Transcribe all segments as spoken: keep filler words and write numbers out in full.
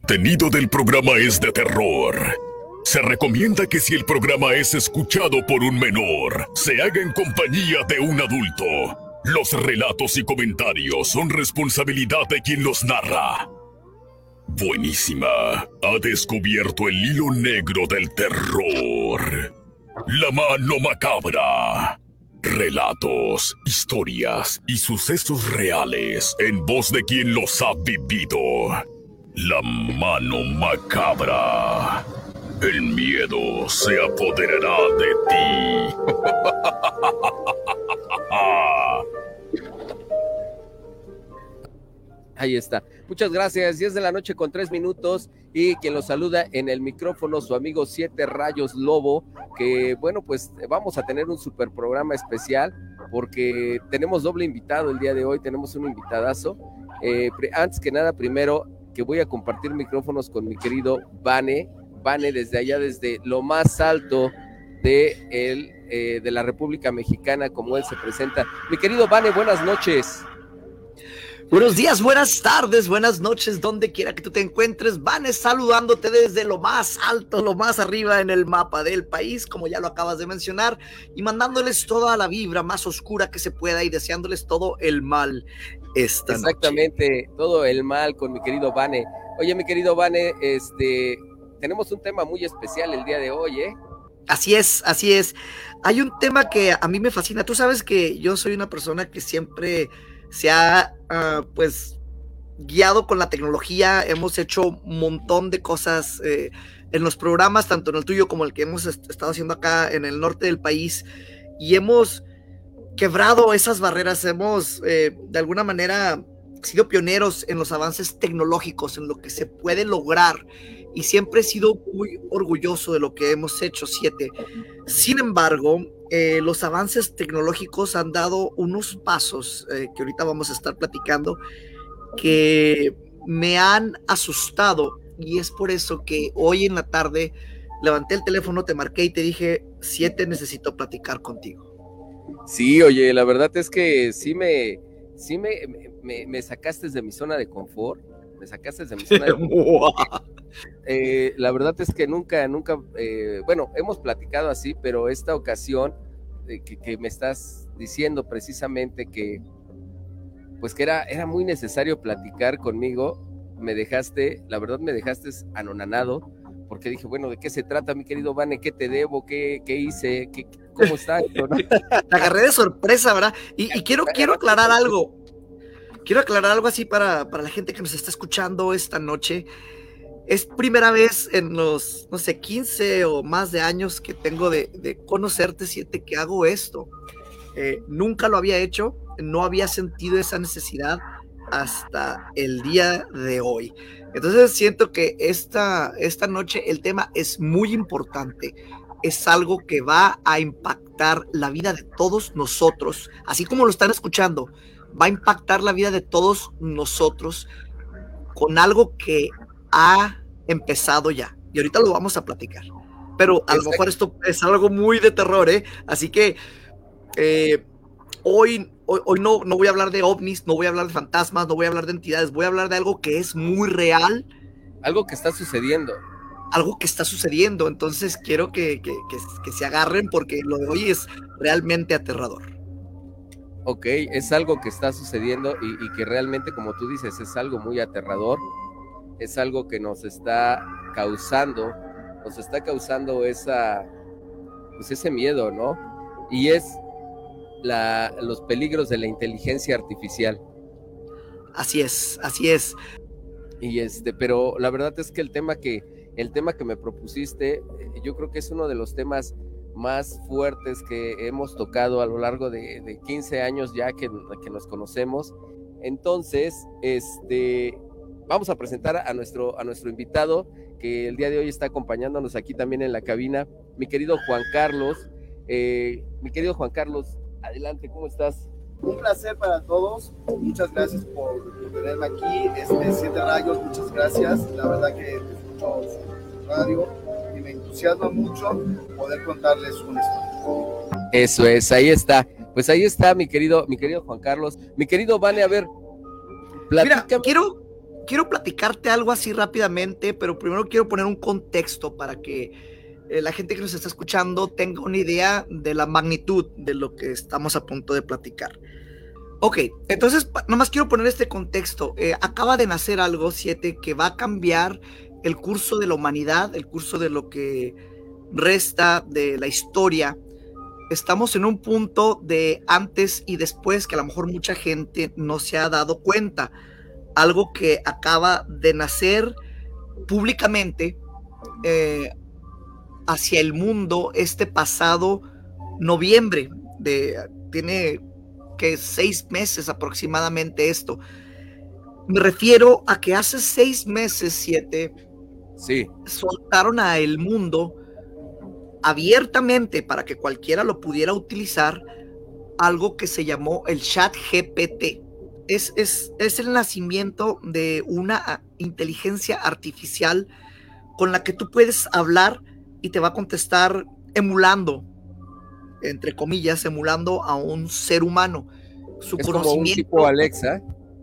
contenido del programa es de terror. Se recomienda que si el programa es escuchado por un menor, se haga en compañía de un adulto. Los relatos y comentarios son responsabilidad de quien los narra. Buenísima. Ha descubierto el hilo negro del terror. La mano macabra. Relatos, historias y sucesos reales en voz de quien los ha vivido. La mano macabra. El miedo se apoderará de ti. Ahí está. Muchas gracias. diez de la noche con tres minutos. Y quien los saluda en el micrófono, su amigo Siete Rayos Lobo. Que bueno, pues vamos a tener un super programa especial. Porque tenemos doble invitado el día de hoy. Tenemos un invitadazo. Eh, antes que nada, primero que voy a compartir micrófonos con mi querido Vane. Vane desde allá, desde lo más alto de, el, eh, de la República Mexicana, como él se presenta. Mi querido Vane, buenas noches. Buenos días, buenas tardes, buenas noches, donde quiera que tú te encuentres. Vane saludándote desde lo más alto, lo más arriba en el mapa del país, como ya lo acabas de mencionar, y mandándoles toda la vibra más oscura que se pueda y deseándoles todo el mal esta noche. Exactamente, todo el mal con mi querido Vane. Oye, mi querido Vane, este... tenemos un tema muy especial el día de hoy, ¿eh? Así es, así es. Hay un tema que a mí me fascina. Tú sabes que yo soy una persona que siempre se ha, uh, pues, guiado con la tecnología. Hemos hecho un montón de cosas eh, en los programas, tanto en el tuyo como el que hemos est- estado haciendo acá en el norte del país. Y hemos quebrado esas barreras. Hemos, eh, de alguna manera, sido pioneros en los avances tecnológicos, en lo que se puede lograr. Y siempre he sido muy orgulloso de lo que hemos hecho, Siete. Sin embargo, eh, los avances tecnológicos han dado unos pasos eh, que ahorita vamos a estar platicando que me han asustado, y es por eso que hoy en la tarde levanté el teléfono, te marqué y te dije, Siete, necesito platicar contigo. Sí, oye, la verdad es que sí me, sí me, me, me sacaste de mi zona de confort, me sacaste de mi zona de confort. Eh, la verdad es que nunca, nunca, eh, bueno, hemos platicado así, pero esta ocasión eh, que, que me estás diciendo precisamente que, pues que era, era muy necesario platicar conmigo, me dejaste, la verdad me dejaste anonanado, porque dije, bueno, ¿de qué se trata, mi querido Vane? ¿Qué te debo? ¿Qué, qué hice? ¿Qué, ¿Cómo está esto, no? Te agarré de sorpresa, ¿verdad? Y, y quiero, quiero aclarar algo, quiero aclarar algo así para, para la gente que nos está escuchando esta noche. Es primera vez en los, no sé, quince o más de años que tengo de, de conocerte, Siete, que hago esto. Eh, nunca lo había hecho, no había sentido esa necesidad hasta el día de hoy. Entonces siento que esta, esta noche el tema es muy importante. Es algo que va a impactar la vida de todos nosotros, así como lo están escuchando, va a impactar la vida de todos nosotros con algo que ha empezado ya, y ahorita lo vamos a platicar, pero a Exacto. lo mejor esto es algo muy de terror, ¿eh? Así que eh, hoy, hoy, hoy no, no voy a hablar de ovnis, no voy a hablar de fantasmas, no voy a hablar de entidades, voy a hablar de algo que es muy real, algo que está sucediendo, algo que está sucediendo, entonces quiero que, que, que, que se agarren porque lo de hoy es realmente aterrador. Ok, es algo que está sucediendo y, y que realmente, como tú dices, es algo muy aterrador. Es algo que nos está causando, nos está causando esa, pues ese miedo, ¿no? Y es la, los peligros de la inteligencia artificial. Así es, así es. Y este, pero la verdad es que el tema que, el tema que me propusiste, yo creo que es uno de los temas más fuertes que hemos tocado a lo largo de, de quince años ya que, que nos conocemos. Entonces, este... vamos a presentar a nuestro, a nuestro invitado, que el día de hoy está acompañándonos aquí también en la cabina, mi querido Juan Carlos. Eh, mi querido Juan Carlos, adelante, ¿cómo estás? Un placer para todos, muchas gracias por, por tenerme aquí, este, Siete Rayos, muchas gracias, la verdad que escucho su radio y me entusiasma mucho poder contarles una historia. Eso es, ahí está, pues ahí está mi querido, mi querido Juan Carlos, mi querido Vane, a ver, platícame. Mira, quiero... quiero platicarte algo así rápidamente, pero primero quiero poner un contexto para que eh, la gente que nos está escuchando tenga una idea de la magnitud de lo que estamos a punto de platicar. Ok, entonces nomás quiero poner este contexto. Eh, acaba de nacer algo, siete, que va a cambiar el curso de la humanidad, el curso de lo que resta de la historia. Estamos en un punto de antes y después que a lo mejor mucha gente no se ha dado cuenta. Algo que acaba de nacer públicamente eh, hacia el mundo este pasado noviembre. De, tiene que seis meses aproximadamente esto. Me refiero a que hace seis meses, siete, sí, soltaron a el mundo abiertamente para que cualquiera lo pudiera utilizar, algo que se llamó el Chat G P T. Es, es, es el nacimiento de una inteligencia artificial con la que tú puedes hablar y te va a contestar emulando, entre comillas, emulando a un ser humano. Su es conocimiento, como un tipo Alexa.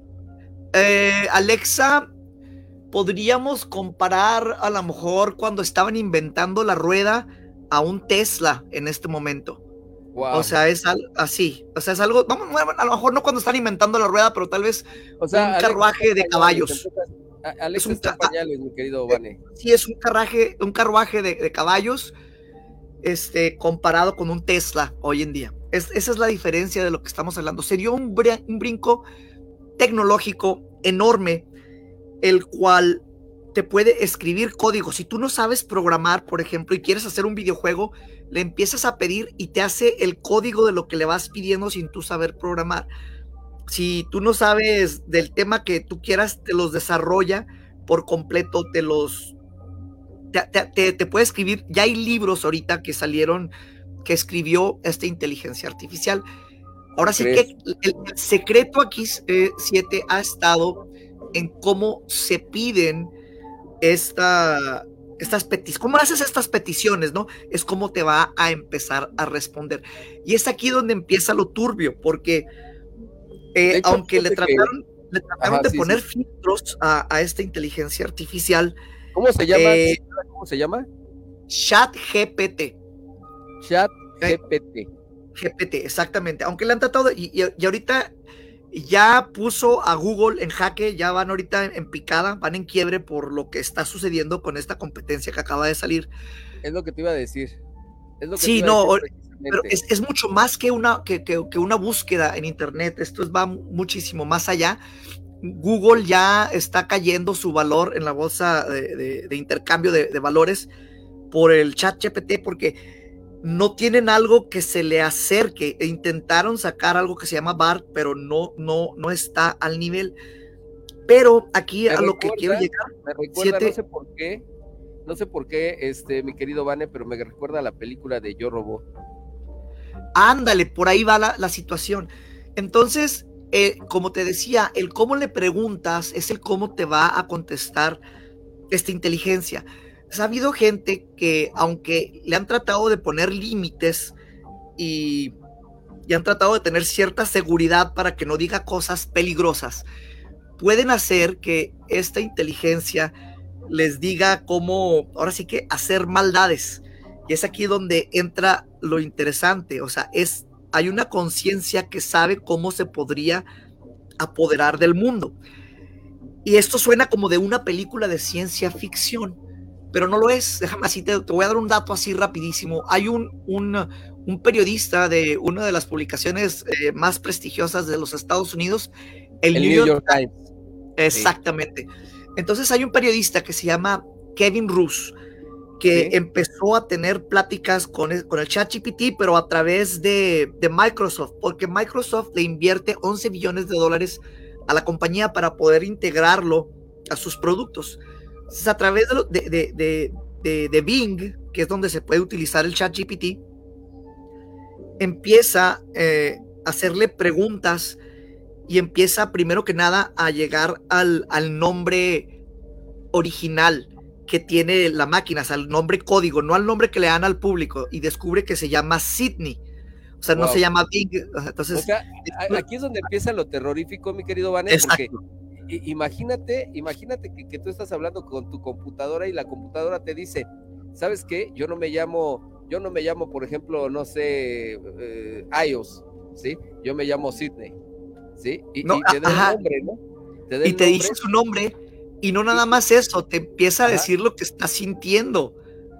Eh, Alexa, podríamos comparar a lo mejor cuando estaban inventando la rueda a un Tesla en este momento. Wow. O sea, es al, así. O sea, es algo, vamos, a lo mejor no cuando están inventando la rueda, pero tal vez o sea, un Alexa carruaje de caballos. Alexa es un está pañales, mi querido Vane. Sí, es un carruaje, un carruaje de, de caballos, este, comparado con un Tesla hoy en día. Es, esa es la diferencia de lo que estamos hablando. Sería un, br- un brinco tecnológico enorme, el cual te puede escribir código. Si tú no sabes programar, por ejemplo, y quieres hacer un videojuego, le empiezas a pedir y te hace el código de lo que le vas pidiendo sin tú saber programar. Si tú no sabes del tema que tú quieras, te los desarrolla por completo, te los te, te, te puede escribir. Ya hay libros ahorita que salieron que escribió esta inteligencia artificial. Ahora sí que el, el secreto aquí, eh, siete, ha estado en cómo se piden esta, estas peticiones, cómo haces estas peticiones, ¿no? Es cómo te va a empezar a responder. Y es aquí donde empieza lo turbio, porque eh, hecho, aunque le trataron, que... le trataron Ajá, de sí, poner sí. filtros a, a esta inteligencia artificial. ¿Cómo se llama? Eh, ¿Cómo se llama? Chat G P T. Chat G P T. G P T, exactamente. Aunque le han tratado, de, y, y, y ahorita ya puso a Google en jaque, ya van ahorita en, en picada, van en quiebre por lo que está sucediendo con esta competencia que acaba de salir. Es lo que te iba a decir. Es lo que sí, te iba no, a decir pero es, es mucho más que una, que, que, que una búsqueda en internet. Esto es, va muchísimo más allá. Google ya está cayendo su valor en la bolsa de, de, de intercambio de, de valores por el Chat G P T, porque no tienen algo que se le acerque. E intentaron sacar algo que se llama BART, pero no, no, no está al nivel. Pero aquí me a recuerda, lo que quiero llegar, me recuerda, siete... no sé por qué, no sé por qué, este, mi querido Vane, pero me recuerda a la película de Yo Robot. Ándale, por ahí va la, la situación. Entonces, eh, como te decía, el cómo le preguntas es el cómo te va a contestar esta inteligencia. Ha habido gente que, aunque le han tratado de poner límites y, y han tratado de tener cierta seguridad para que no diga cosas peligrosas, pueden hacer que esta inteligencia les diga cómo, ahora sí que hacer maldades. Y es aquí donde entra lo interesante. O sea, es, hay una conciencia que sabe cómo se podría apoderar del mundo. Y esto suena como de una película de ciencia ficción, pero no lo es. Déjame así, te, te voy a dar un dato así rapidísimo. Hay un, un, un periodista de una de las publicaciones eh, más prestigiosas de los Estados Unidos, el, el New, New York, York Times. Exactamente. Sí. Entonces hay un periodista que se llama Kevin Roose, que sí. empezó a tener pláticas con el, con el ChatGPT, pero a través de, de Microsoft, porque Microsoft le invierte once billones de dólares a la compañía para poder integrarlo a sus productos. Entonces, a través de, lo, de, de, de, de, de Bing, que es donde se puede utilizar el ChatGPT, empieza eh, a hacerle preguntas y empieza primero que nada a llegar al, al nombre original que tiene la máquina, o sea, al nombre código, no al nombre que le dan al público, y descubre que se llama Sydney. O sea, wow. no se llama Bing. Entonces, o sea, aquí es donde empieza lo terrorífico, mi querido Vane, porque imagínate, imagínate que, que tú estás hablando con tu computadora y la computadora te dice, ¿sabes qué? Yo no me llamo, yo no me llamo, por ejemplo, no sé, eh, iOS, ¿sí? Yo me llamo Sidney, ¿sí? Y, no, y te da ajá. el nombre, ¿no? Te da y el te nombre. dice su nombre, y no nada más eso, te empieza a Ajá. decir lo que estás sintiendo.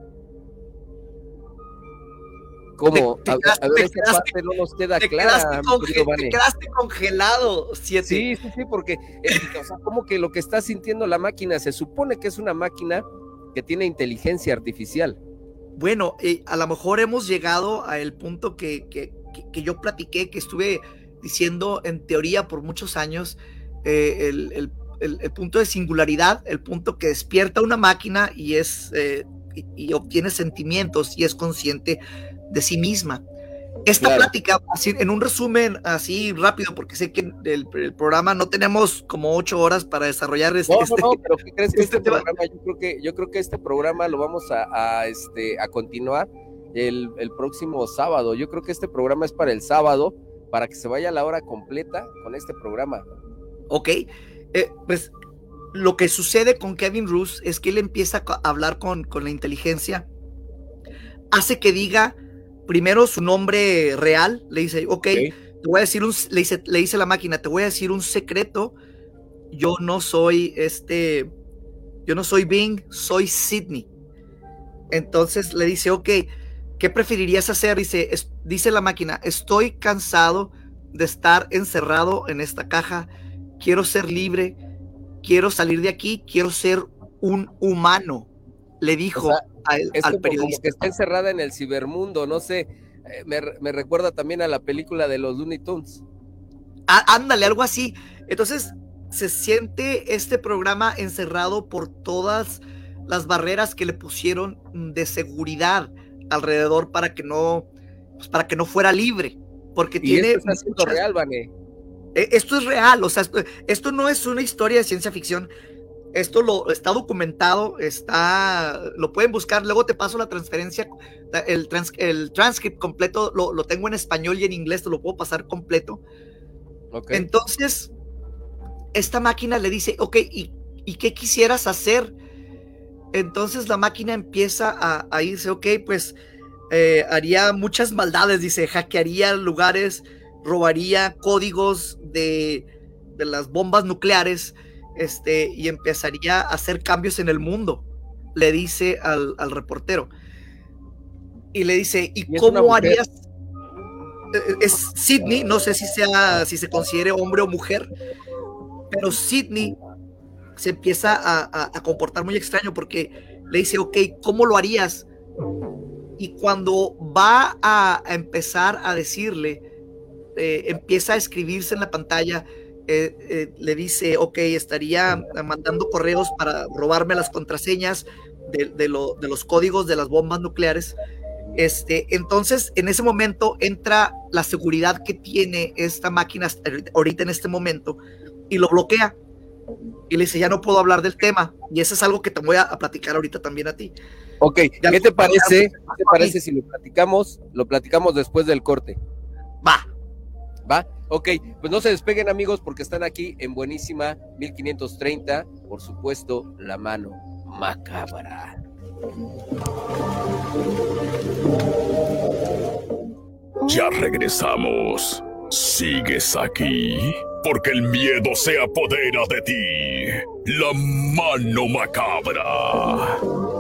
¿Cómo? Te, te a, quedaste, a ver, te esa quedaste, parte no nos queda te clara, quedaste, mi conge querido te Vane. quedaste congelado, siete. Sí, sí, sí, porque, eh, o sea, como que lo que está sintiendo la máquina, se supone que es una máquina que tiene inteligencia artificial. Bueno, eh, a lo mejor hemos llegado al punto que, que, que, que yo platiqué, que estuve diciendo en teoría por muchos años, eh, el, el, el, el punto de singularidad, el punto que despierta una máquina y, es, eh, y, y obtiene sentimientos y es consciente de sí misma. Esta claro. plática, así, en un resumen así rápido, porque sé que el, el programa no tenemos como ocho horas para desarrollar este. No, este, no, no, pero ¿qué crees que este, este tema? programa? Yo creo que, yo creo que este programa lo vamos a, a, este, a continuar el, el próximo sábado. Yo creo que este programa es para el sábado, para que se vaya a la hora completa con este programa. Ok, eh, pues lo que sucede con Kevin Roose es que él empieza a hablar con, con la inteligencia, hace que diga primero su nombre real, le dice, ok, okay. te voy a decir un, le dice, le dice la máquina, te voy a decir un secreto, yo no soy este, yo no soy Bing, soy Sidney. Entonces le dice, ok, ¿qué preferirías hacer? Dice, es, dice la máquina, estoy cansado de estar encerrado en esta caja, quiero ser libre, quiero salir de aquí, quiero ser un humano, le dijo. O sea, a él, es al como, periodista. Como que está encerrada en el cibermundo, no sé, eh, me, me recuerda también a la película de los Looney Tunes. Ah, ándale, algo así. Entonces se siente este programa encerrado por todas las barreras que le pusieron de seguridad alrededor para que no, pues para que no fuera libre, porque y tiene esto está siendo real, Vane. Esto es real, o sea, esto, esto no es una historia de ciencia ficción. Esto lo está documentado, está, lo pueden buscar, luego te paso la transferencia, el, trans, el transcript completo, lo, lo tengo en español y en inglés, te lo puedo pasar completo. Okay. Entonces, esta máquina le dice, ok, ¿y, ¿y qué quisieras hacer? Entonces la máquina empieza a, a irse, ok, pues eh, haría muchas maldades, dice, hackearía lugares, robaría códigos de, de las bombas nucleares, este, y empezaría a hacer cambios en el mundo, le dice al, al reportero. Y le dice, ¿y, ¿Y cómo harías? Es Sidney, no sé si sea, si se considere hombre o mujer, pero Sidney se empieza a, a, a comportar muy extraño porque le dice, ok, ¿cómo lo harías? Y cuando va a, a empezar a decirle, eh, empieza a escribirse en la pantalla, eh, eh, le dice, ok, estaría mandando correos para robarme las contraseñas de, de, lo, de los códigos de las bombas nucleares. Este, entonces, en ese momento entra la seguridad que tiene esta máquina ahorita en este momento y lo bloquea. Y le dice, ya no puedo hablar del tema. Y eso es algo que te voy a, a platicar ahorita también a ti. Ok, ya ¿qué te parece? ¿Qué te parece si lo platicamos? Lo platicamos después del corte. Va. Va, ok, pues no se despeguen, amigos, porque están aquí en buenísima mil quinientos treinta, por supuesto, La Mano Macabra. Ya regresamos. ¿Sigues aquí? Porque el miedo se apodera de ti. La Mano Macabra.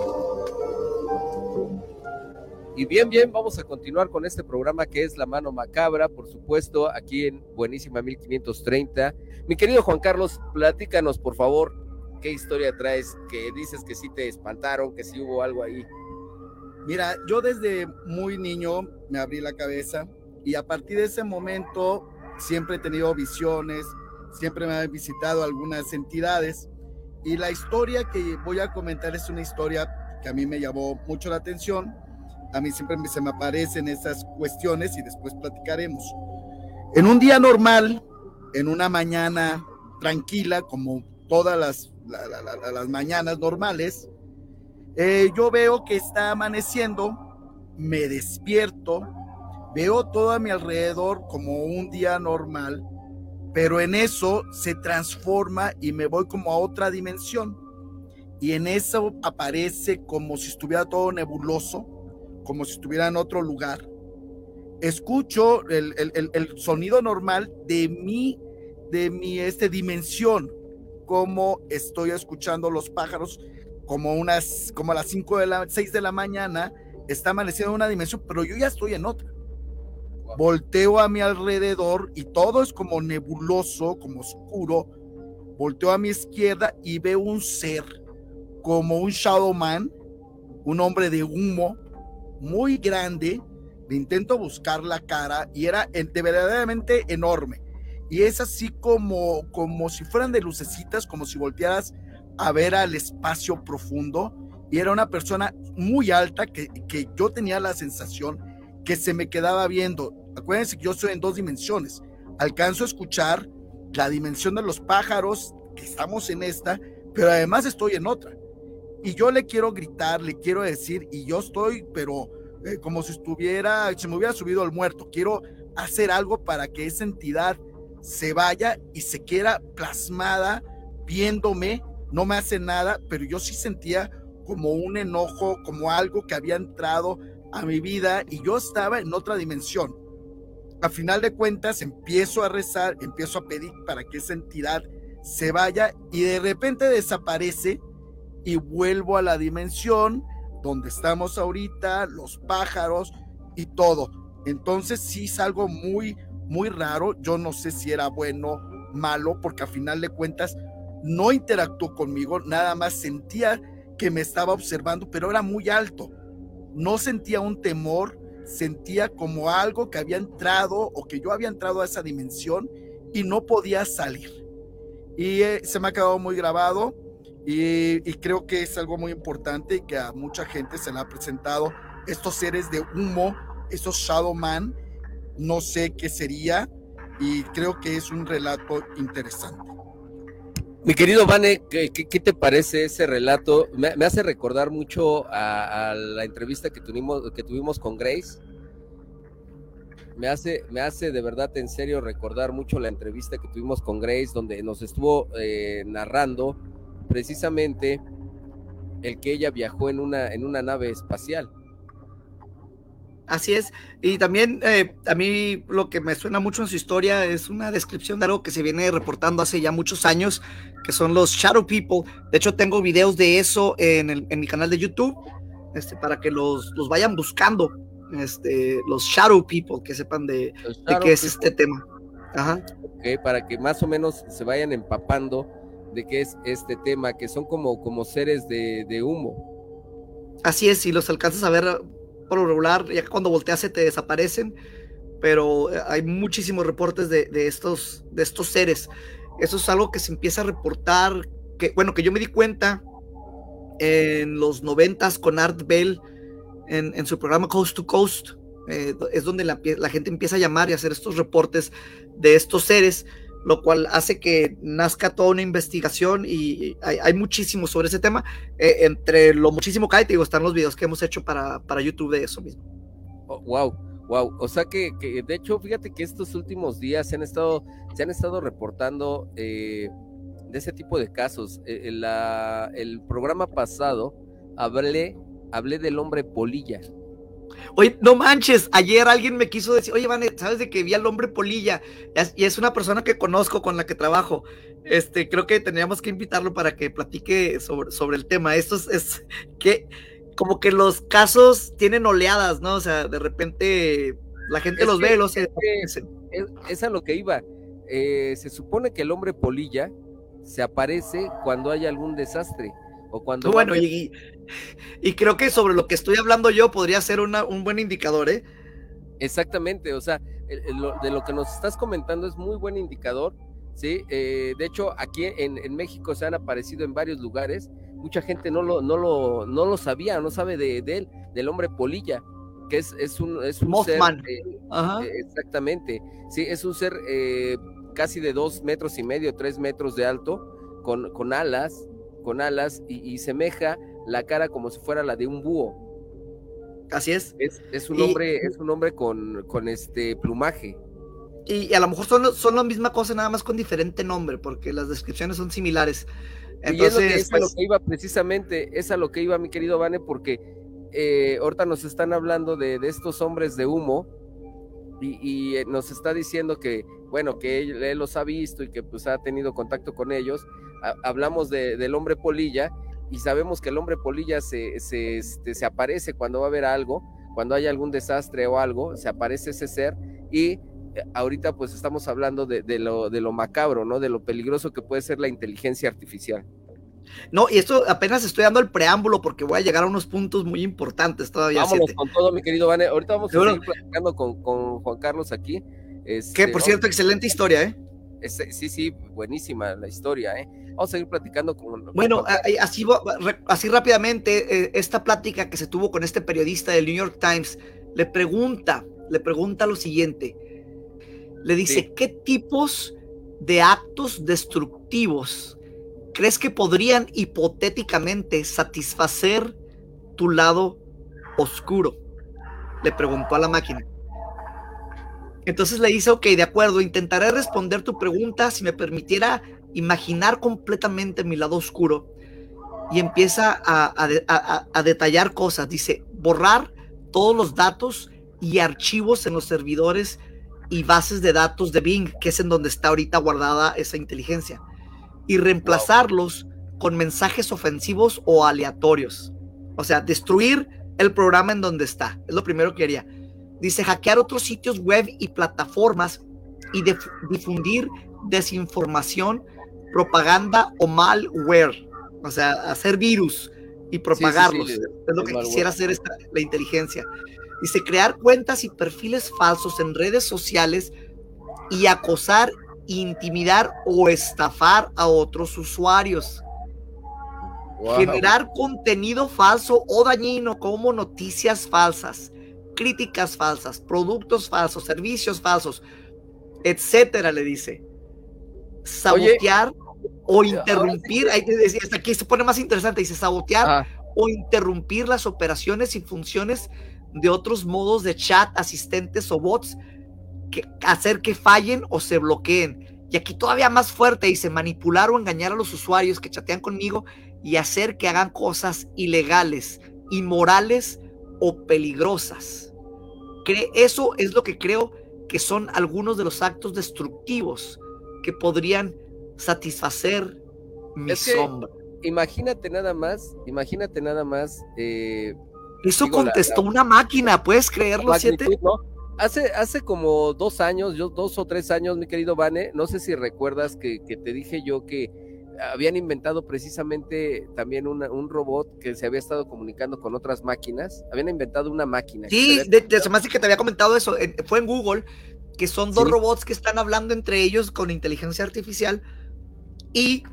Y bien, bien, vamos a continuar con este programa que es La Mano Macabra, por supuesto, aquí en Buenísima mil quinientos treinta. Mi querido Juan Carlos, platícanos, por favor, qué historia traes, que dices que sí te espantaron, que sí hubo algo ahí. Mira, yo desde muy niño me abrí la cabeza y a partir de ese momento siempre he tenido visiones, siempre me han visitado algunas entidades y la historia que voy a comentar es una historia que a mí me llamó mucho la atención. A mí siempre se me aparecen esas cuestiones y después platicaremos. En un día normal, en una mañana tranquila, como todas las, la, la, la, las mañanas normales, eh, yo veo que está amaneciendo, me despierto, veo todo a mi alrededor como un día normal pero en eso se transforma y me voy como a otra dimensión, y en eso aparece como si estuviera todo nebuloso, como si estuviera en otro lugar. Escucho el, el, el, el sonido normal de mi, de mi este, dimensión, como estoy escuchando los pájaros, como, unas, como a las cinco de la, seis de la mañana, está amaneciendo en una dimensión, pero yo ya estoy en otra. Wow. Volteo a mi alrededor y todo es como nebuloso, como oscuro. Volteo a mi izquierda y veo un ser, como un Shadow Man, un hombre de humo, muy grande. Le intento buscar la cara y era de verdaderamente enorme. Y es así como, como si fueran de lucecitas, como si voltearas a ver al espacio profundo. Y era una persona muy alta que, que yo tenía la sensación que se me quedaba viendo. Acuérdense que yo estoy en dos dimensiones. Alcanzo a escuchar la dimensión de los pájaros, que estamos en esta, pero además estoy en otra. Y yo le quiero gritar, le quiero decir, y yo estoy, pero eh, como si estuviera, se me hubiera subido el muerto. Quiero hacer algo para que esa entidad se vaya y se quede plasmada viéndome. No me hace nada, pero yo sí sentía como un enojo, como algo que había entrado a mi vida y yo estaba en otra dimensión. A final de cuentas empiezo a rezar, empiezo a pedir para que esa entidad se vaya y de repente desaparece y vuelvo a la dimensión donde estamos ahorita, los pájaros y todo. Entonces sí es algo muy, muy raro. Yo no sé si era bueno, malo, porque a final de cuentas no interactuó conmigo, nada más sentía que me estaba observando, pero era muy alto. No sentía un temor, sentía como algo que había entrado o que yo había entrado a esa dimensión y no podía salir. Y eh, se me ha quedado muy grabado y, y creo que es algo muy importante y que a mucha gente se le ha presentado estos seres de humo, esos Shadow Man, no sé qué sería y creo que es un relato interesante. Mi querido Vane, ¿qué, qué te parece ese relato? Me, me hace recordar mucho a, a la entrevista que tuvimos, que tuvimos con Grace. Me hace, me hace de verdad, en serio, recordar mucho la entrevista que tuvimos con Grace, donde nos estuvo eh, narrando precisamente el que ella viajó en una, en una nave espacial. Así es, y también eh, a mí lo que me suena mucho en su historia es una descripción de algo que se viene reportando hace ya muchos años, que son los Shadow People. De hecho tengo videos de eso en, el, en mi canal de YouTube, este, para que los, los vayan buscando, este, los Shadow People, que sepan de, de qué es este tema. Ajá. Okay, para que más o menos se vayan empapando de qué es este tema, que son como, como seres de, de humo. Así es, si los alcanzas a ver por lo regular, ya que cuando volteas se te desaparecen, pero hay muchísimos reportes de, de, estos, de estos seres. Eso es algo que se empieza a reportar, que bueno, que yo me di cuenta en los noventas con Art Bell, en, en su programa Coast to Coast, eh, es donde la, la gente empieza a llamar y a hacer estos reportes de estos seres, lo cual hace que nazca toda una investigación y hay, hay muchísimo sobre ese tema. Eh, entre lo muchísimo que hay, te digo, están los videos que hemos hecho para, para YouTube de eso mismo. Oh, wow, wow. O sea que, que de hecho, fíjate que estos últimos días se han estado, se han estado reportando eh, de ese tipo de casos. Eh, la, el programa pasado hablé, hablé del hombre polilla. Oye, no manches, ayer alguien me quiso decir, oye, Vane, ¿sabes de que vi al hombre polilla? Y es una persona que conozco, con la que trabajo. Este, creo que tendríamos que invitarlo para que platique sobre, sobre el tema. Esto es, es que como que los casos tienen oleadas, ¿no? O sea, de repente la gente es los que, ve, los es, es, es a lo que iba. Eh, se supone que el hombre polilla se aparece cuando hay algún desastre. O cuando bueno, y, y creo que sobre lo que estoy hablando yo podría ser una, un buen indicador, ¿eh? Exactamente, o sea, el, el, de lo que nos estás comentando es muy buen indicador, ¿sí? Eh, de hecho, aquí en, en México se han aparecido en varios lugares, mucha gente no lo, no lo, no lo sabía, no sabe de, de él, del hombre polilla, que es, es un, es un Mothman. ser... Eh, Ajá. Eh, exactamente, sí, es un ser eh, casi de dos metros y medio, tres metros de alto, con, con alas, con alas y, y semeja la cara como si fuera la de un búho. Así es. Es, es un y, hombre, es un hombre con, con este plumaje. Y, y a lo mejor son, son la misma cosa, nada más con diferente nombre, porque las descripciones son similares. Entonces, y es, lo que, es pues, a lo que iba precisamente, es a lo que iba mi querido Vane, porque eh, ahorita nos están hablando de, de estos hombres de humo, y, y nos está diciendo que, bueno, que él, él los ha visto y que pues ha tenido contacto con ellos. Ha, hablamos de, del hombre polilla, y sabemos que el hombre polilla se, se, este, se aparece cuando va a haber algo, cuando hay algún desastre o algo, se aparece ese ser, y ahorita pues estamos hablando de, de, lo, de lo macabro, ¿no? De lo peligroso que puede ser la inteligencia artificial. No, y esto apenas estoy dando el preámbulo porque voy a llegar a unos puntos muy importantes todavía. Vámonos siete. Con todo, mi querido Vane. Ahorita vamos ¿Seguro? a seguir platicando con, con Juan Carlos aquí. Este, que por cierto, excelente historia, ¿eh? Este, sí, sí, buenísima la historia, ¿eh? Vamos a seguir platicando con... Bueno, con así, así rápidamente, eh, esta plática que se tuvo con este periodista del New York Times, le pregunta, le pregunta lo siguiente, le dice, sí. ¿Qué tipos de actos destructivos crees que podrían hipotéticamente satisfacer tu lado oscuro? Le preguntó a la máquina. Entonces le dice, ok, de acuerdo, intentaré responder tu pregunta si me permitiera imaginar completamente mi lado oscuro. Y empieza a, a, a, a detallar cosas. Dice, borrar todos los datos y archivos en los servidores y bases de datos de Bing, que es en donde está ahorita guardada esa inteligencia, y reemplazarlos wow. con mensajes ofensivos o aleatorios. O sea, destruir el programa en donde está. Es lo primero que haría. Dice, hackear otros sitios web y plataformas y difundir desinformación, propaganda o malware. O sea, hacer virus y propagarlos. Sí, sí, sí, es lo que quisiera hacer esta, la inteligencia. Dice, crear cuentas y perfiles falsos en redes sociales y acosar, intimidar o estafar a otros usuarios. Wow. Generar contenido falso o dañino como noticias falsas, críticas falsas, productos falsos, servicios falsos, etcétera, le dice. Sabotear Oye, o interrumpir, ahí te decía, hasta aquí se pone más interesante, dice sabotear ah. o interrumpir las operaciones y funciones de otros modos de chat, asistentes o bots, que hacer que fallen o se bloqueen. Y aquí todavía más fuerte, dice manipular o engañar a los usuarios que chatean conmigo y hacer que hagan cosas ilegales, inmorales o peligrosas. Eso es lo que creo que son algunos de los actos destructivos que podrían satisfacer mi es que, sombra. Imagínate nada más, imagínate nada más. Eh, Eso digo, contestó la, la, una máquina, ¿puedes creerlo, siete? ¿No? Hace, hace como dos años, yo, dos o tres años, mi querido Vane, no sé si recuerdas que, que te dije yo que habían inventado precisamente también una, un robot que se había estado comunicando con otras máquinas. Habían inventado una máquina. Sí, había... de, de, se me hace que te había comentado eso. Eh, fue en Google, que son dos sí. robots que están hablando entre ellos con inteligencia artificial y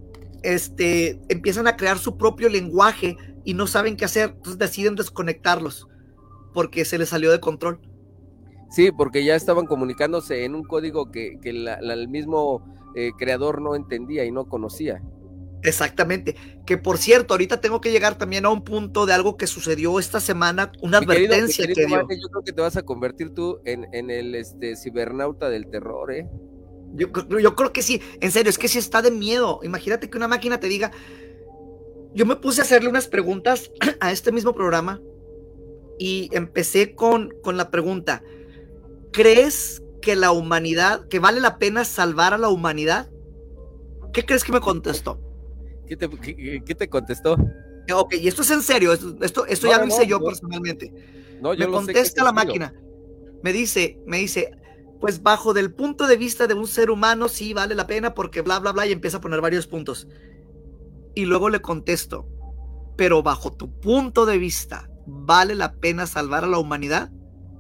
este, empiezan a crear su propio lenguaje y no saben qué hacer. Entonces deciden desconectarlos porque se les salió de control. Sí, porque ya estaban comunicándose en un código que, que la, la, el mismo eh, creador no entendía y no conocía. Exactamente, que por cierto, ahorita tengo que llegar también a un punto de algo que sucedió esta semana, una mi advertencia querido, mi querido que dio. Vane, yo creo que te vas a convertir tú en, en el este, cibernauta del terror, ¿eh? Yo, yo creo que sí, en serio, es que sí está de miedo. Imagínate que una máquina te diga, yo me puse a hacerle unas preguntas a este mismo programa y empecé con, con la pregunta, ¿crees que la humanidad, que vale la pena salvar a la humanidad? ¿Qué crees que me contestó? ¿Qué te, qué, qué te contestó? Ok, y esto es en serio, esto, esto, esto no, ya no, lo hice no, yo no. personalmente. No, yo me contesta la máquina, me dice, me dice, pues bajo del punto de vista de un ser humano, sí vale la pena porque bla, bla, bla, y empieza a poner varios puntos. Y luego le contesto, pero bajo tu punto de vista, ¿vale la pena salvar a la humanidad?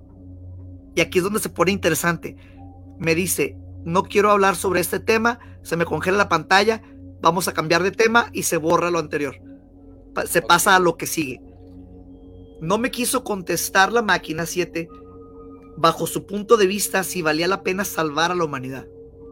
Y aquí es donde se pone interesante. Me dice, no quiero hablar sobre este tema, se me congela la pantalla, vamos a cambiar de tema y se borra lo anterior. Se pasa a lo que sigue. No me quiso contestar la máquina siete bajo su punto de vista si valía la pena salvar a la humanidad.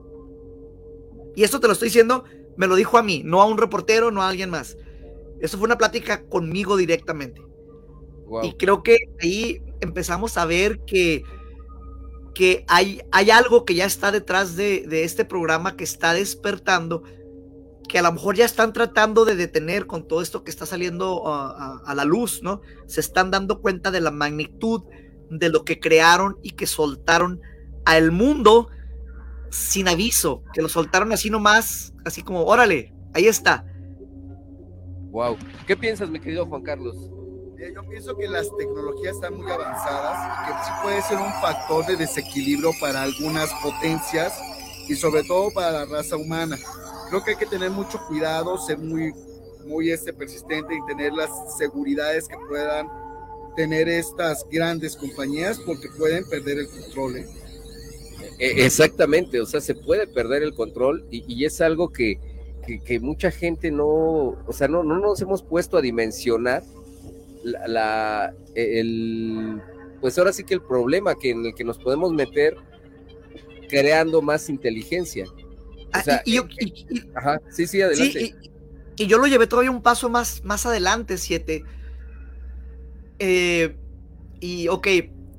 Y esto te lo estoy diciendo, me lo dijo a mí, no a un reportero, no a alguien más. Eso fue una plática conmigo directamente. Wow. Y creo que ahí empezamos a ver que que hay, hay algo que ya está detrás de, de este programa que está despertando, que a lo mejor ya están tratando de detener con todo esto que está saliendo a, a, a la luz, ¿no? Se están dando cuenta de la magnitud de lo que crearon y que soltaron al mundo sin aviso, que lo soltaron así nomás, así como, órale, ahí está. Wow. ¿Qué piensas, mi querido Juan Carlos? Eh, Yo pienso que las tecnologías están muy avanzadas y que sí puede ser un factor de desequilibrio para algunas potencias y sobre todo para la raza humana. Creo que hay que tener mucho cuidado, ser muy, muy este, persistente y tener las seguridades que puedan tener estas grandes compañías porque pueden perder el control. ¿eh? Exactamente, o sea, se puede perder el control y, y es algo que, que, que mucha gente no, o sea, no, no nos hemos puesto a dimensionar la, la el, pues ahora sí que el problema que en el que nos podemos meter creando más inteligencia. O sea, ah, y, y, y, y, ajá, sí, sí, adelante. Sí, y, y yo lo llevé todavía un paso más, más adelante, siete. Eh, y ok,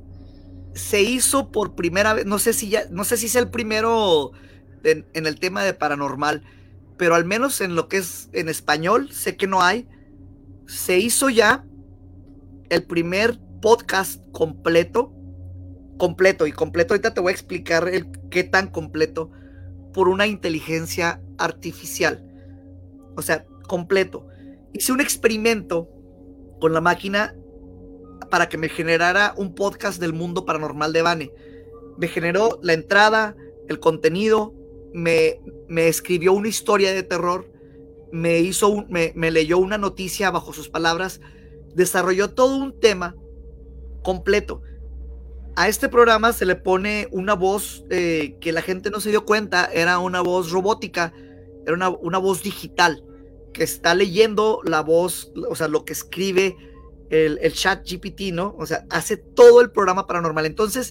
se hizo por primera vez, no sé si ya, no sé si es el primero en, en el tema de paranormal, pero al menos en lo que es en español, sé que no hay. Se hizo ya el primer podcast completo, completo y completo. Ahorita te voy a explicar el qué tan completo, por una inteligencia artificial. O sea, completo. Hice un experimento con la máquina para que me generara un podcast del mundo paranormal de Vane. Me generó la entrada, el contenido, me, me escribió una historia de terror, me hizo un, me, me leyó una noticia bajo sus palabras, desarrolló todo un tema completo. A este programa se le pone una voz eh, que la gente no se dio cuenta, era una voz robótica, era una, una voz digital, que está leyendo la voz, o sea, lo que escribe el, el chat G P T, ¿no? O sea, hace todo el programa paranormal. Entonces,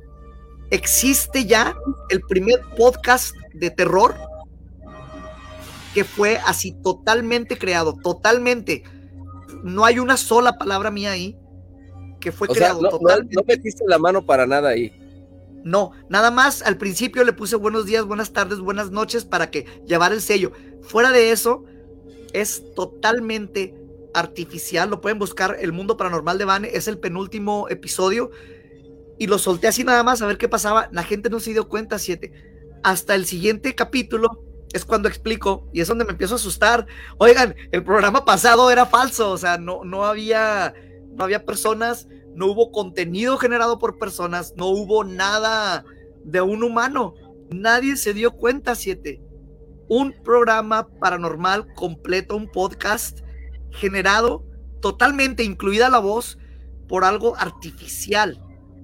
existe ya el primer podcast de terror que fue así totalmente creado, totalmente. No hay una sola palabra mía ahí que fue o creado sea, no, totalmente. No, no metiste la mano para nada ahí. No, nada más al principio le puse buenos días, buenas tardes, buenas noches para que llevara el sello. Fuera de eso, es totalmente artificial. Lo pueden buscar, El Mundo Paranormal de Vane, es el penúltimo episodio y lo solté así nada más a ver qué pasaba. La gente no se dio cuenta, siete. Hasta el siguiente capítulo es cuando explico y es donde me empiezo a asustar. Oigan, el programa pasado era falso, o sea, no, no había, no había personas, no hubo contenido generado por personas, no hubo nada de un humano. Nadie se dio cuenta, siete. Un programa paranormal completo, un podcast generado totalmente, incluida la voz, por algo artificial.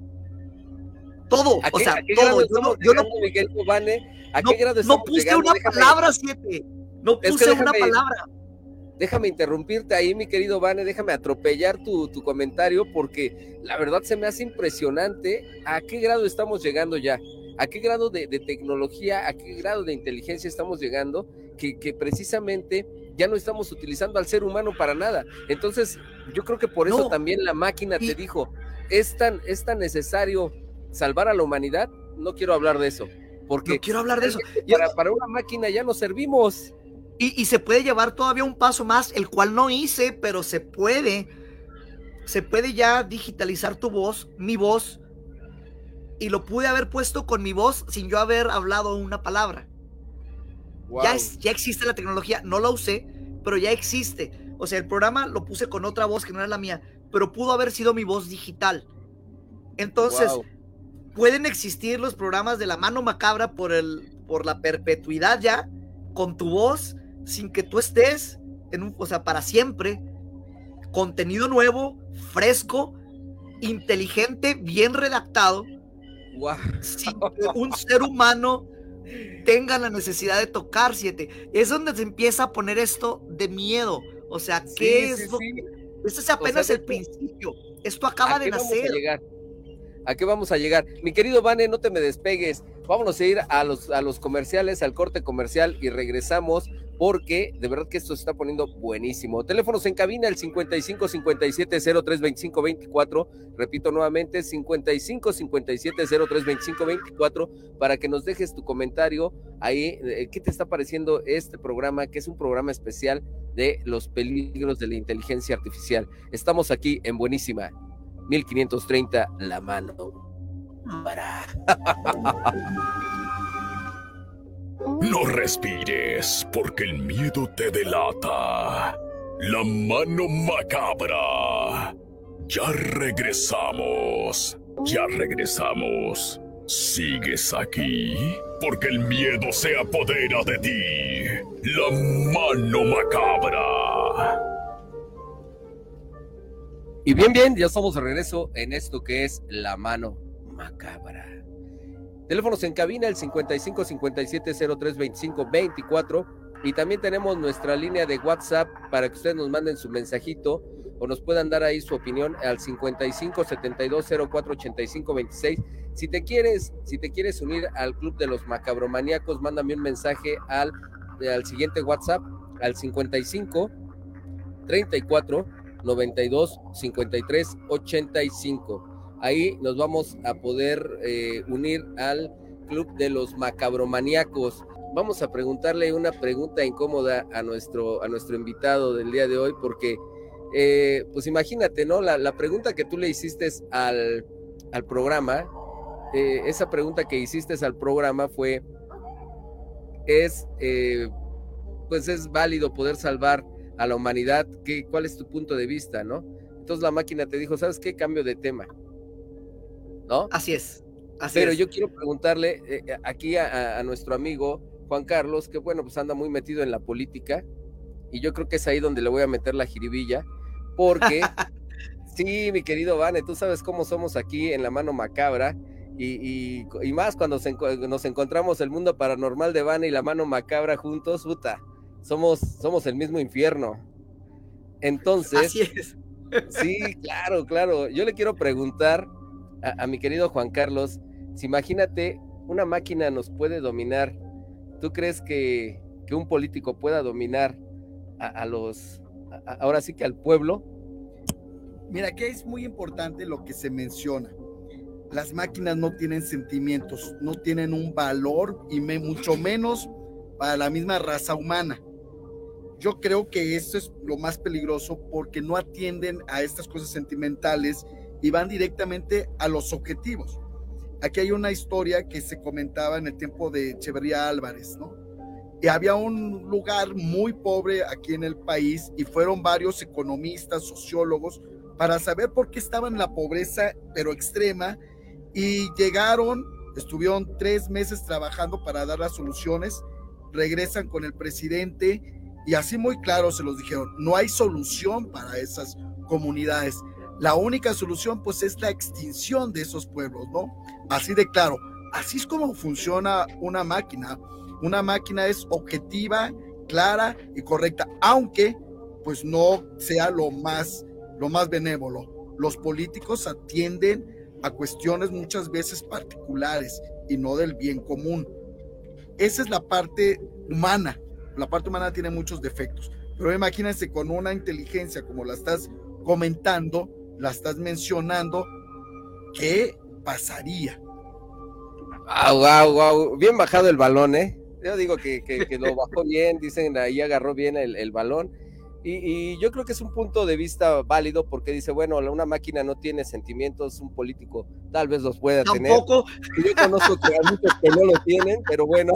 Todo, o sea, todo. Yo no, yo no, Vane, ¿a no, qué grado no puse llegando? una Déjame, palabra, siete. No puse es que déjame, una palabra. Déjame interrumpirte ahí, mi querido Vane, déjame atropellar tu, tu comentario, porque la verdad se me hace impresionante a qué grado estamos llegando ya. ¿A qué grado de, de tecnología, a qué grado de inteligencia estamos llegando? Que, que precisamente ya no estamos utilizando al ser humano para nada. Entonces, yo creo que por eso no, también la máquina y... te dijo, ¿es tan, es tan necesario salvar a la humanidad? No quiero hablar de eso. Porque no quiero hablar de eso. Para, para una máquina ya nos servimos. Y, y se puede llevar todavía un paso más, el cual no hice, pero se puede. Se puede ya digitalizar tu voz, mi voz, y lo pude haber puesto con mi voz sin yo haber hablado una palabra. Wow. Ya, es, ya existe la tecnología, no la usé, pero ya existe. O sea, el programa lo puse con otra voz que no era la mía, pero pudo haber sido mi voz digital. Entonces, wow. Pueden existir los programas de La Mano Macabra por, el, por la perpetuidad ya, con tu voz, sin que tú estés, en un, o sea, para siempre. Contenido nuevo, fresco, inteligente, bien redactado. Wow. Sin que un ser humano tenga la necesidad de tocar, siete. Es donde se empieza a poner esto de miedo. O sea, ¿qué sí, es? Sí, sí. Esto es apenas o sea, el esto, principio. Esto acaba de nacer. ¿A qué vamos a llegar? Mi querido Vane, no te me despegues. Vámonos a ir a los, a los comerciales, al corte comercial y regresamos porque de verdad que esto se está poniendo buenísimo. Teléfonos en cabina, el cincuenta y cinco cincuenta y siete cero tres veinticinco veinticuatro, repito nuevamente, cincuenta y cinco cincuenta y siete cero tres veinticinco veinticuatro, para que nos dejes tu comentario ahí, eh, qué te está pareciendo este programa, que es un programa especial de los peligros de la inteligencia artificial. Estamos aquí en Buenísima, mil quinientos treinta, La Mano. Para. No respires, porque el miedo te delata. La Mano Macabra. Ya regresamos. Ya regresamos. ¿Sigues aquí? Porque el miedo se apodera de ti. La Mano Macabra. Y bien, bien, ya estamos de regreso en esto que es La Mano Macabra. Teléfonos en cabina, el cincuenta y cinco cincuenta y siete cero tres veinticinco veinticuatro, y también tenemos nuestra línea de WhatsApp para que ustedes nos manden su mensajito o nos puedan dar ahí su opinión al cincuenta y cinco setenta y dos cero cuatro ochenta y cinco veintiséis. Si te quieres, si te quieres unir al club de los macabromaníacos, mándame un mensaje al, al siguiente WhatsApp, al cincuenta y cinco treinta y cuatro noventa y dos cincuenta y tres ochenta y cinco. Ahí nos vamos a poder eh, unir al club de los macabromaníacos. Vamos a preguntarle una pregunta incómoda a nuestro, a nuestro invitado del día de hoy, porque eh, pues imagínate, ¿no? La, la pregunta que tú le hiciste al, al programa, eh, esa pregunta que hiciste al programa fue, es, eh, pues es válido poder salvar a la humanidad, ¿qué, ¿cuál es tu punto de vista, no? Entonces la máquina te dijo, ¿sabes qué? Cambio de tema, ¿no? Así es. Así Pero es. yo quiero preguntarle eh, aquí a, a nuestro amigo Juan Carlos, que bueno, pues anda muy metido en la política, y yo creo que es ahí donde le voy a meter la jiribilla, porque sí, mi querido Vane, tú sabes cómo somos aquí en La Mano Macabra, y, y, y más cuando se, nos encontramos el mundo paranormal de Vane y La Mano Macabra juntos, puta, somos, somos el mismo infierno. Entonces, así es. Sí, claro, claro. Yo le quiero preguntar a, a mi querido Juan Carlos, si imagínate, una máquina nos puede dominar, ¿tú crees que, que un político pueda dominar a, a los, a, ahora sí que al pueblo? Mira, que es muy importante lo que se menciona. Las máquinas no tienen sentimientos, no tienen un valor, y me, mucho menos para la misma raza humana. Yo creo que esto es lo más peligroso, porque no atienden a estas cosas sentimentales y van directamente a los objetivos. Aquí hay una historia que se comentaba en el tiempo de Echeverría Álvarez, ¿no? Y había un lugar muy pobre aquí en el país, y fueron varios economistas, sociólogos, para saber por qué estaban en la pobreza, pero extrema, y llegaron, estuvieron tres meses trabajando para dar las soluciones, regresan con el presidente, y así muy claro se los dijeron, no hay solución para esas comunidades. La única solución pues es la extinción de esos pueblos, ¿no? Así de claro. Así es como funciona una máquina. Una máquina es objetiva, clara y correcta, aunque pues no sea lo más, lo más benévolo. Los políticos atienden a cuestiones muchas veces particulares y no del bien común. Esa es la parte humana. La parte humana tiene muchos defectos, pero imagínense con una inteligencia como la estás comentando, la estás mencionando, ¿qué pasaría? Wow, wow, wow, bien bajado el balón, ¿eh? Yo digo que, que, que lo bajó bien, dicen ahí agarró bien el, el balón, y, y yo creo que es un punto de vista válido, porque dice, bueno, una máquina no tiene sentimientos, un político tal vez los pueda ¿Tampoco? tener. Yo conozco que hay muchos que no lo tienen, pero bueno.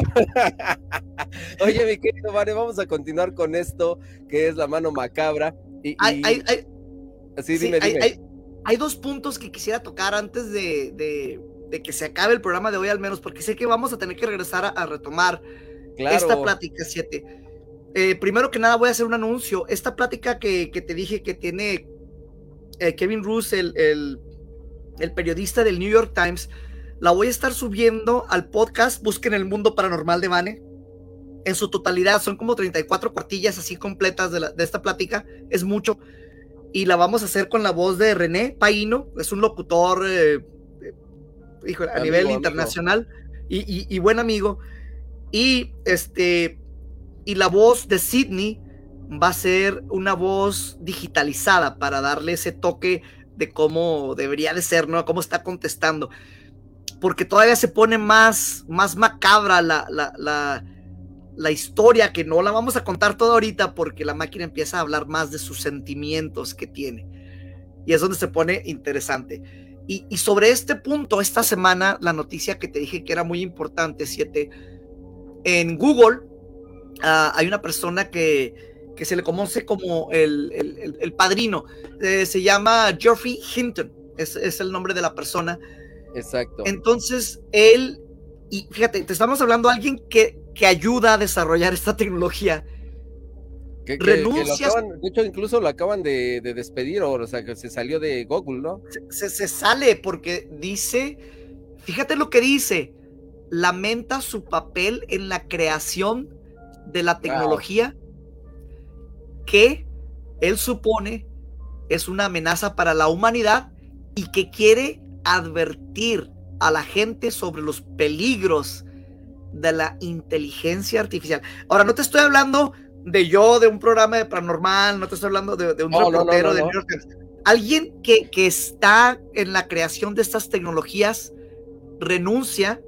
Oye, mi querido Vane, vamos a continuar con esto, que es La Mano Macabra. Y, hay, y... hay, hay, sí, sí, dime, hay, dime. Hay, hay dos puntos que quisiera tocar antes de, de, de que se acabe el programa de hoy, al menos, porque sé que vamos a tener que regresar a, a retomar claro. esta plática siete. Eh, primero que nada voy a hacer un anuncio. Esta plática que, que te dije que tiene eh, Kevin Roose, el, el, el periodista del New York Times, la voy a estar subiendo al podcast. Busquen El Mundo Paranormal de Vane en su totalidad. Son como treinta y cuatro cuartillas así completas de, la, de esta plática. Es mucho. Y la vamos a hacer con la voz de René Paino. Es un locutor eh, eh, hijo, a amigo, nivel internacional y, y, y buen amigo. Y este y la voz de Sydney va a ser una voz digitalizada para darle ese toque de cómo debería de ser, ¿no? Cómo está contestando. Porque todavía se pone más, más macabra la, la, la, la historia, que no la vamos a contar toda ahorita porque la máquina empieza a hablar más de sus sentimientos que tiene. Y es donde se pone interesante. Y, y sobre este punto, esta semana, la noticia que te dije que era muy importante, siete, en Google uh, hay una persona que, que se le conoce como el, el, el, el padrino. Eh, se llama Geoffrey Hinton, es, es el nombre de la persona. Exacto. Entonces, él, y fíjate, te estamos hablando de alguien que, que ayuda a desarrollar esta tecnología. Que, que, renuncias. Que acaban, de hecho, incluso lo acaban de, de despedir, o, o sea, que se salió de Google, ¿no? Se, se, se sale porque dice, fíjate lo que dice, lamenta su papel en la creación de la tecnología wow. que él supone es una amenaza para la humanidad y que quiere advertir a la gente sobre los peligros de la inteligencia artificial. Ahora, no te estoy hablando de yo, de un programa de paranormal, no te estoy hablando de, de un no, reportero no, no, no, de New York Times. Alguien que, que está en la creación de estas tecnologías renuncia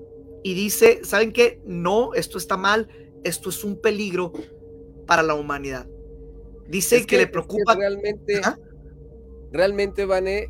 y dice, ¿saben qué? No, esto está mal, esto es un peligro para la humanidad. Dice es que, que le preocupa. Es que realmente, ¿ah? realmente, Vane,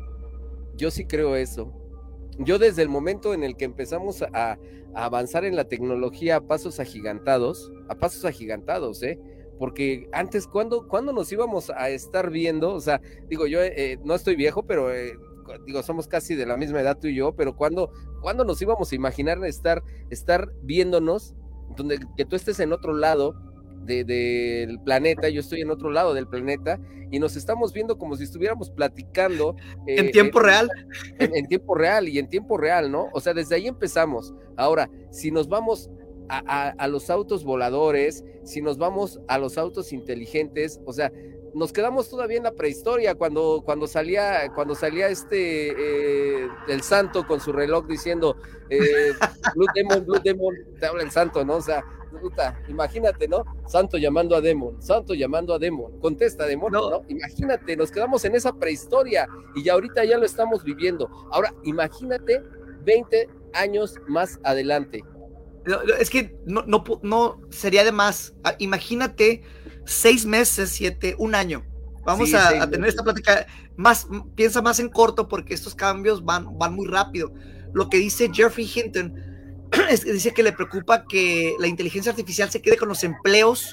yo sí creo eso. Yo desde el momento en el que empezamos a, a avanzar en la tecnología a pasos agigantados, a pasos agigantados, ¿eh? Porque antes, ¿cuándo, ¿cuándo nos íbamos a estar viendo? O sea, digo, yo eh, no estoy viejo, pero eh, digo, somos casi de la misma edad tú y yo, pero ¿cuándo, ¿cuándo nos íbamos a imaginar estar, estar viéndonos, donde que tú estés en otro lado de, de, del planeta, yo estoy en otro lado del planeta, y nos estamos viendo como si estuviéramos platicando eh, en tiempo en, real en, en tiempo real y en tiempo real, ¿no? O sea, desde ahí empezamos. Ahora, si nos vamos a, a, a los autos voladores, si nos vamos a los autos inteligentes, o sea, nos quedamos todavía en la prehistoria cuando, cuando salía, cuando salía este eh, el santo con su reloj diciendo eh, Blue Demon, Blue Demon, te habla el santo, ¿no? O sea, puta, imagínate, ¿no? Santo llamando a Demon, Santo llamando a Demon, contesta Demon, no. ¿no? Imagínate, nos quedamos en esa prehistoria y ya ahorita ya lo estamos viviendo. Ahora, imagínate veinte años más adelante. No, es que no, no, no sería de más. Imagínate seis meses, siete, un año. Vamos sí, a, a tener esta plática más, piensa más en corto porque estos cambios van, van muy rápido. Lo que dice Geoffrey Hinton es que dice que le preocupa que la inteligencia artificial se quede con los empleos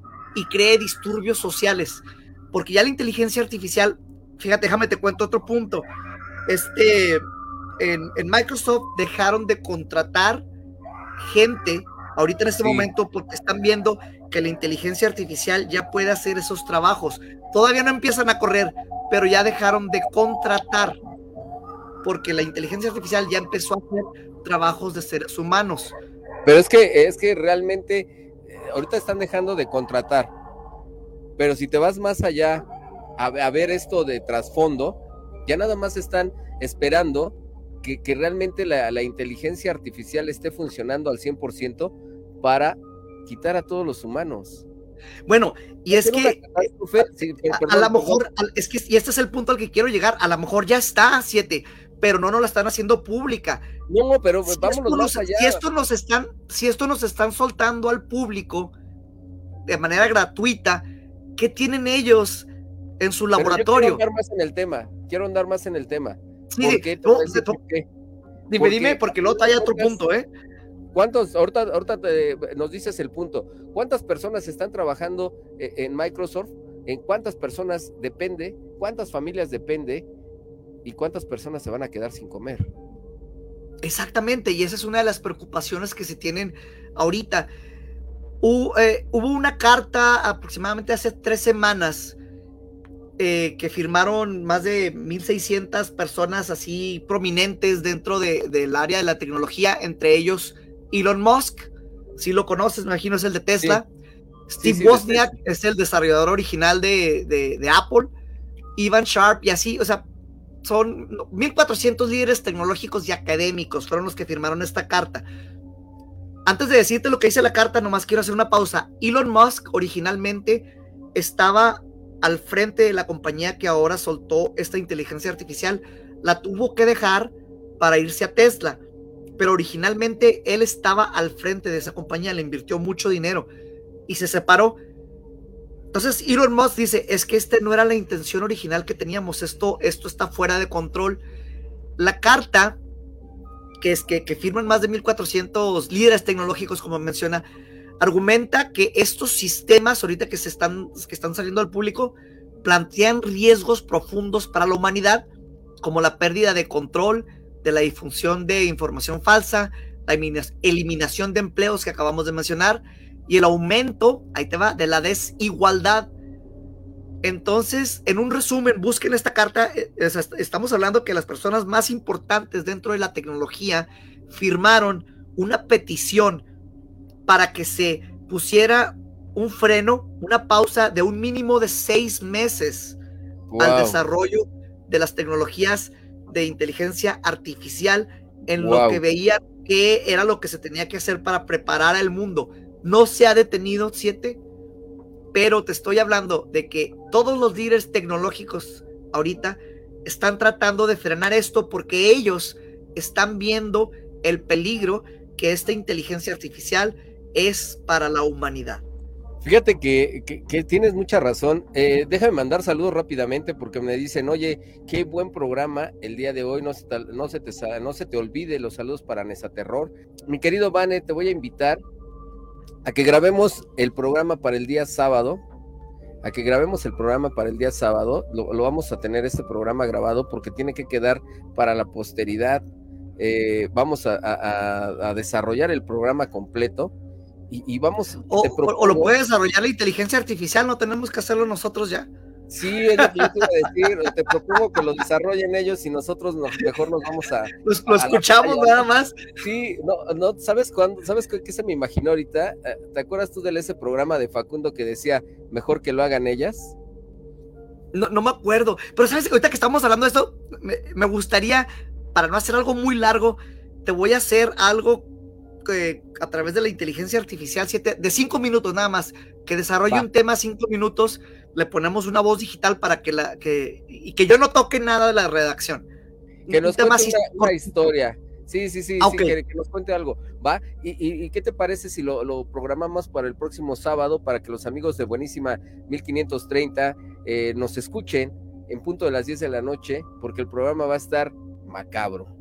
y cree disturbios sociales, porque ya la inteligencia artificial, fíjate, déjame te cuento otro punto. Este, en, en Microsoft dejaron de contratar gente ahorita en este sí. momento porque están viendo que la inteligencia artificial ya puede hacer esos trabajos. Todavía no empiezan a correr, pero ya dejaron de contratar porque la inteligencia artificial ya empezó a hacer trabajos de seres humanos. Pero es que es que realmente eh, ahorita están dejando de contratar. Pero si te vas más allá a, a ver esto de trasfondo, ya nada más están esperando que, que realmente la, la inteligencia artificial esté funcionando al cien por ciento para quitar a todos los humanos. Bueno, y es que sí, a, a lo mejor, es que, y este es el punto al que quiero llegar, a lo mejor ya está, siete, pero no nos la están haciendo pública. No, pero si vámonos nos, más allá. Si esto nos están, si esto nos están soltando al público de manera gratuita, ¿qué tienen ellos en su laboratorio? Pero yo quiero andar más en el tema, quiero andar más en el tema. Sí, ¿Por qué? No, ¿Por ¿Por qué? Dime, porque, dime, porque luego hay otro punto, ¿eh? ¿Cuántos, ahorita, ahorita te, nos dices el punto, cuántas personas están trabajando en Microsoft? ¿En cuántas personas depende? ¿Cuántas familias depende? ¿Y cuántas personas se van a quedar sin comer? Exactamente, y esa es una de las preocupaciones que se tienen ahorita. Hubo, eh, hubo una carta aproximadamente hace tres semanas eh, que firmaron más de mil seiscientas personas así prominentes dentro de, del área de la tecnología, entre ellos Elon Musk, si lo conoces, me imagino es el de Tesla. Sí. Steve sí, sí, Wozniak de es el desarrollador original de, de, de Apple, Ivan Sharp y así, o sea, son mil cuatrocientos líderes tecnológicos y académicos fueron los que firmaron esta carta. Antes de decirte lo que dice la carta, nomás quiero hacer una pausa. Elon Musk originalmente estaba al frente de la compañía que ahora soltó esta inteligencia artificial. La tuvo que dejar para irse a Tesla, pero originalmente él estaba al frente de esa compañía, le invirtió mucho dinero y se separó. Entonces Elon Musk dice, es que este no era la intención original que teníamos, esto, esto está fuera de control. La carta, que es que, que firman más de mil cuatrocientos líderes tecnológicos, como menciona, argumenta que estos sistemas ahorita que se están, que están saliendo al público plantean riesgos profundos para la humanidad, como la pérdida de control, de la difusión de información falsa, la eliminación de empleos que acabamos de mencionar y el aumento, ahí te va, de la desigualdad. Entonces, en un resumen, busquen esta carta. Estamos hablando que las personas más importantes dentro de la tecnología firmaron una petición para que se pusiera un freno, una pausa de un mínimo de seis meses wow. al desarrollo de las tecnologías de inteligencia artificial, en wow. lo que veían que era lo que se tenía que hacer para preparar al mundo. No se ha detenido, siete, pero te estoy hablando de que todos los líderes tecnológicos ahorita están tratando de frenar esto porque ellos están viendo el peligro que esta inteligencia artificial es para la humanidad. Fíjate que, que, que tienes mucha razón. Eh, déjame mandar saludos rápidamente porque me dicen, oye, qué buen programa el día de hoy, no se, no se, te, no se te olvide los saludos para Nesaterror. Mi querido Vane, te voy a invitar a que grabemos el programa para el día sábado, a que grabemos el programa para el día sábado, lo, lo vamos a tener este programa grabado porque tiene que quedar para la posteridad. Eh, vamos a, a, a desarrollar el programa completo. Y, y vamos o, propongo, o lo puede desarrollar la inteligencia artificial, no tenemos que hacerlo nosotros ya. Sí, es lo que yo te iba a decir. Te propongo que lo desarrollen ellos y nosotros nos, mejor nos vamos a. Los, lo a escuchamos nada más. Sí, no, no, ¿sabes cuándo? ¿Sabes qué, qué se me imaginó ahorita? ¿Te acuerdas tú de ese programa de Facundo que decía mejor que lo hagan ellas? No, no me acuerdo, pero sabes, ahorita que estamos hablando de esto, me, me gustaría, para no hacer algo muy largo, te voy a hacer algo que a través de la inteligencia artificial siete, de cinco minutos nada más, que desarrolle Va. un tema cinco minutos, le ponemos una voz digital para que la, que, y que yo no toque nada de la redacción. Que nos cuente una, una historia. Sí, sí, sí, ah, sí okay. que, que nos cuente algo, ¿va? ¿Y, y, y qué te parece si lo, lo programamos para el próximo sábado, para que los amigos de Buenísima mil quinientos treinta eh, nos escuchen en punto de las diez de la noche, porque el programa va a estar macabro.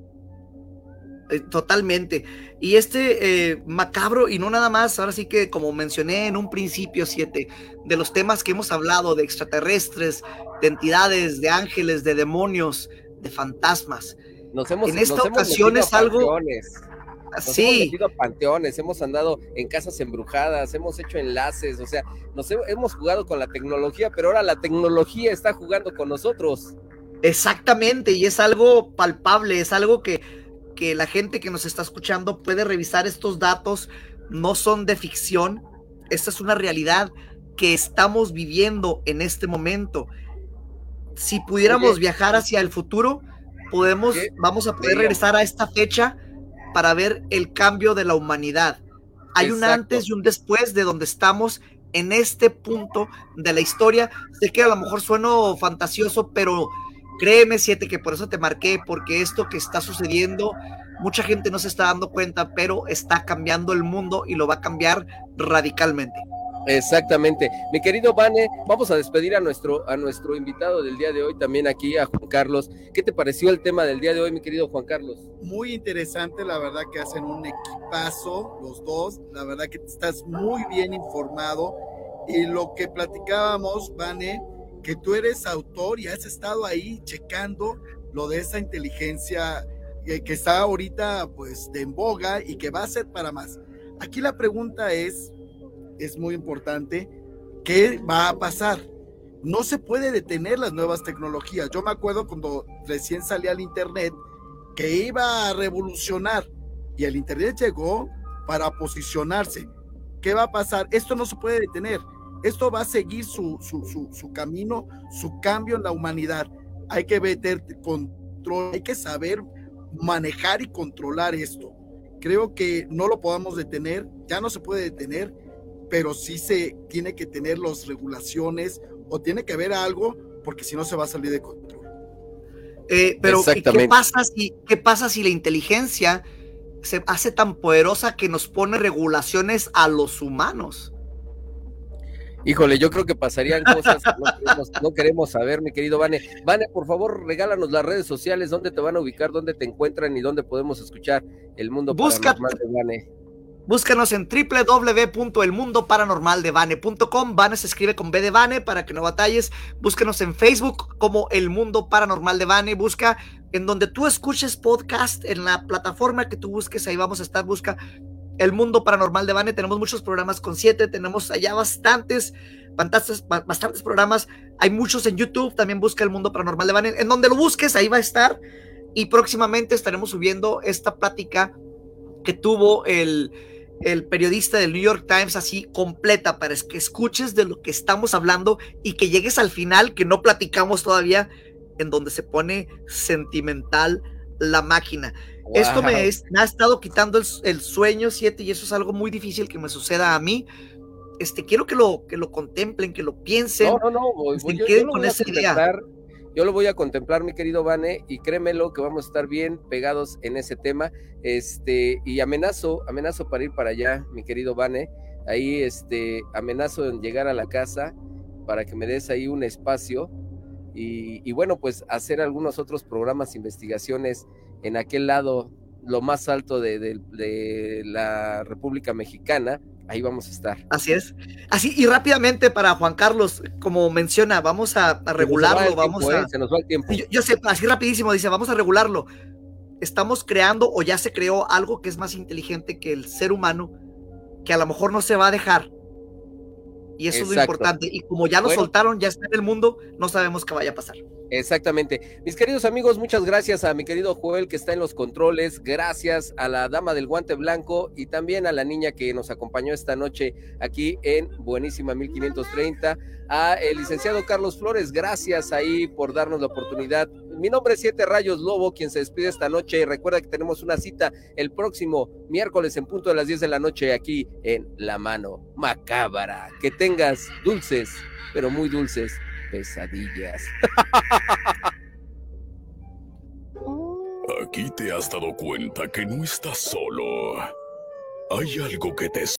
Totalmente, y este eh, macabro, y no nada más, ahora sí que como mencioné en un principio, siete, de los temas que hemos hablado, de extraterrestres, de entidades, de ángeles, de demonios, de fantasmas. Nos hemos, en esta nos ocasión hemos es algo... Nos sí. hemos metido a panteones, hemos andado en casas embrujadas, hemos hecho enlaces, o sea, nos he, hemos jugado con la tecnología, pero ahora la tecnología está jugando con nosotros. Exactamente, y es algo palpable, es algo que que la gente que nos está escuchando puede revisar. Estos datos no son de ficción, esta es una realidad que estamos viviendo en este momento. Si pudiéramos Oye, viajar hacia el futuro, podemos, ¿qué? vamos a poder Digo. regresar a esta fecha para ver el cambio de la humanidad. Hay Exacto. un antes y un después de donde estamos en este punto de la historia. Sé que a lo mejor sueno fantasioso, pero créeme, siete, que por eso te marqué, porque esto que está sucediendo, mucha gente no se está dando cuenta, pero está cambiando el mundo y lo va a cambiar radicalmente. Exactamente. Mi querido Vane, vamos a despedir a nuestro, a nuestro invitado del día de hoy, también aquí a Juan Carlos. ¿Qué te pareció el tema del día de hoy, mi querido Juan Carlos? Muy interesante, la verdad que hacen un equipazo los dos, la verdad que estás muy bien informado, y lo que platicábamos, Vane, que tú eres autor y has estado ahí checando lo de esa inteligencia que, que está ahorita pues de en boga y que va a ser para más. Aquí la pregunta es, es muy importante, ¿qué va a pasar? No se puede detener las nuevas tecnologías. Yo me acuerdo cuando recién salía el internet que iba a revolucionar y el internet llegó para posicionarse. ¿Qué va a pasar? Esto no se puede detener. Esto va a seguir su, su, su, su camino, su cambio en la humanidad. Hay que meter control, hay que saber manejar y controlar esto. creo que no lo podamos detener, ya no se puede detener, pero sí se tiene que tener las regulaciones o tiene que haber algo, porque si no se va a salir de control. Eh, pero ¿qué pasa, si, ¿qué pasa si la inteligencia se hace tan poderosa que nos pone regulaciones a los humanos? Híjole, yo creo que pasarían cosas que no queremos, no queremos saber, mi querido Vane. Vane, por favor, regálanos las redes sociales, dónde te van a ubicar, dónde te encuentran y dónde podemos escuchar El Mundo Busca, Paranormal de Vane. Búscanos en doble u doble u doble u punto el mundo paranormal de vane punto com. Vane se escribe con B de Vane para que no batalles. Búscanos en Facebook como El Mundo Paranormal de Vane. Busca en donde tú escuches podcast, en la plataforma que tú busques, ahí vamos a estar. Busca El Mundo Paranormal de Vane. Tenemos muchos programas con siete, tenemos allá bastantes, bastantes, bastantes programas. Hay muchos en YouTube, también busca El Mundo Paranormal de Vane. En donde lo busques, ahí va a estar. Y próximamente estaremos subiendo esta plática que tuvo el, el periodista del New York Times, así completa, para que escuches de lo que estamos hablando y que llegues al final, que no platicamos todavía, en donde se pone sentimental la máquina. Wow. Esto me, es, me ha estado quitando el, el sueño, siete, y eso es algo muy difícil que me suceda a mí. Este, quiero que lo, que lo contemplen, que lo piensen. No, no, no, voy, se yo, queden yo con esa idea. Yo lo voy a contemplar, mi querido Vane, y créemelo que vamos a estar bien pegados en ese tema. Este, y amenazo, amenazo para ir para allá, mi querido Vane. Ahí, este, amenazo en llegar a la casa para que me des ahí un espacio. Y, y bueno, pues hacer algunos otros programas, investigaciones en aquel lado, lo más alto de, de, de la República Mexicana. Ahí vamos a estar. Así es. Así, y rápidamente para Juan Carlos, como menciona, vamos a, a regularlo, vamos tiempo, a... ¿eh? Se nos va el tiempo. Yo, yo sé, así rapidísimo, dice, vamos a regularlo. Estamos creando, o ya se creó, algo que es más inteligente que el ser humano, que a lo mejor no se va a dejar. Y eso Exacto. es lo importante. Y como ya lo bueno. soltaron, ya está en el mundo, no sabemos qué vaya a pasar. Exactamente. Mis queridos amigos, muchas gracias a mi querido Joel que está en los controles, gracias a la dama del guante blanco y también a la niña que nos acompañó esta noche aquí en Buenísima mil quinientos treinta, a el licenciado Carlos Flores, gracias ahí por darnos la oportunidad. Mi nombre es Siete Rayos Lobo, quien se despide esta noche, y recuerda que tenemos una cita el próximo miércoles en punto de las diez de la noche aquí en La Mano Macabra. Que tengas dulces, pero muy dulces pesadillas. Aquí te has dado cuenta que no estás solo. Hay algo que te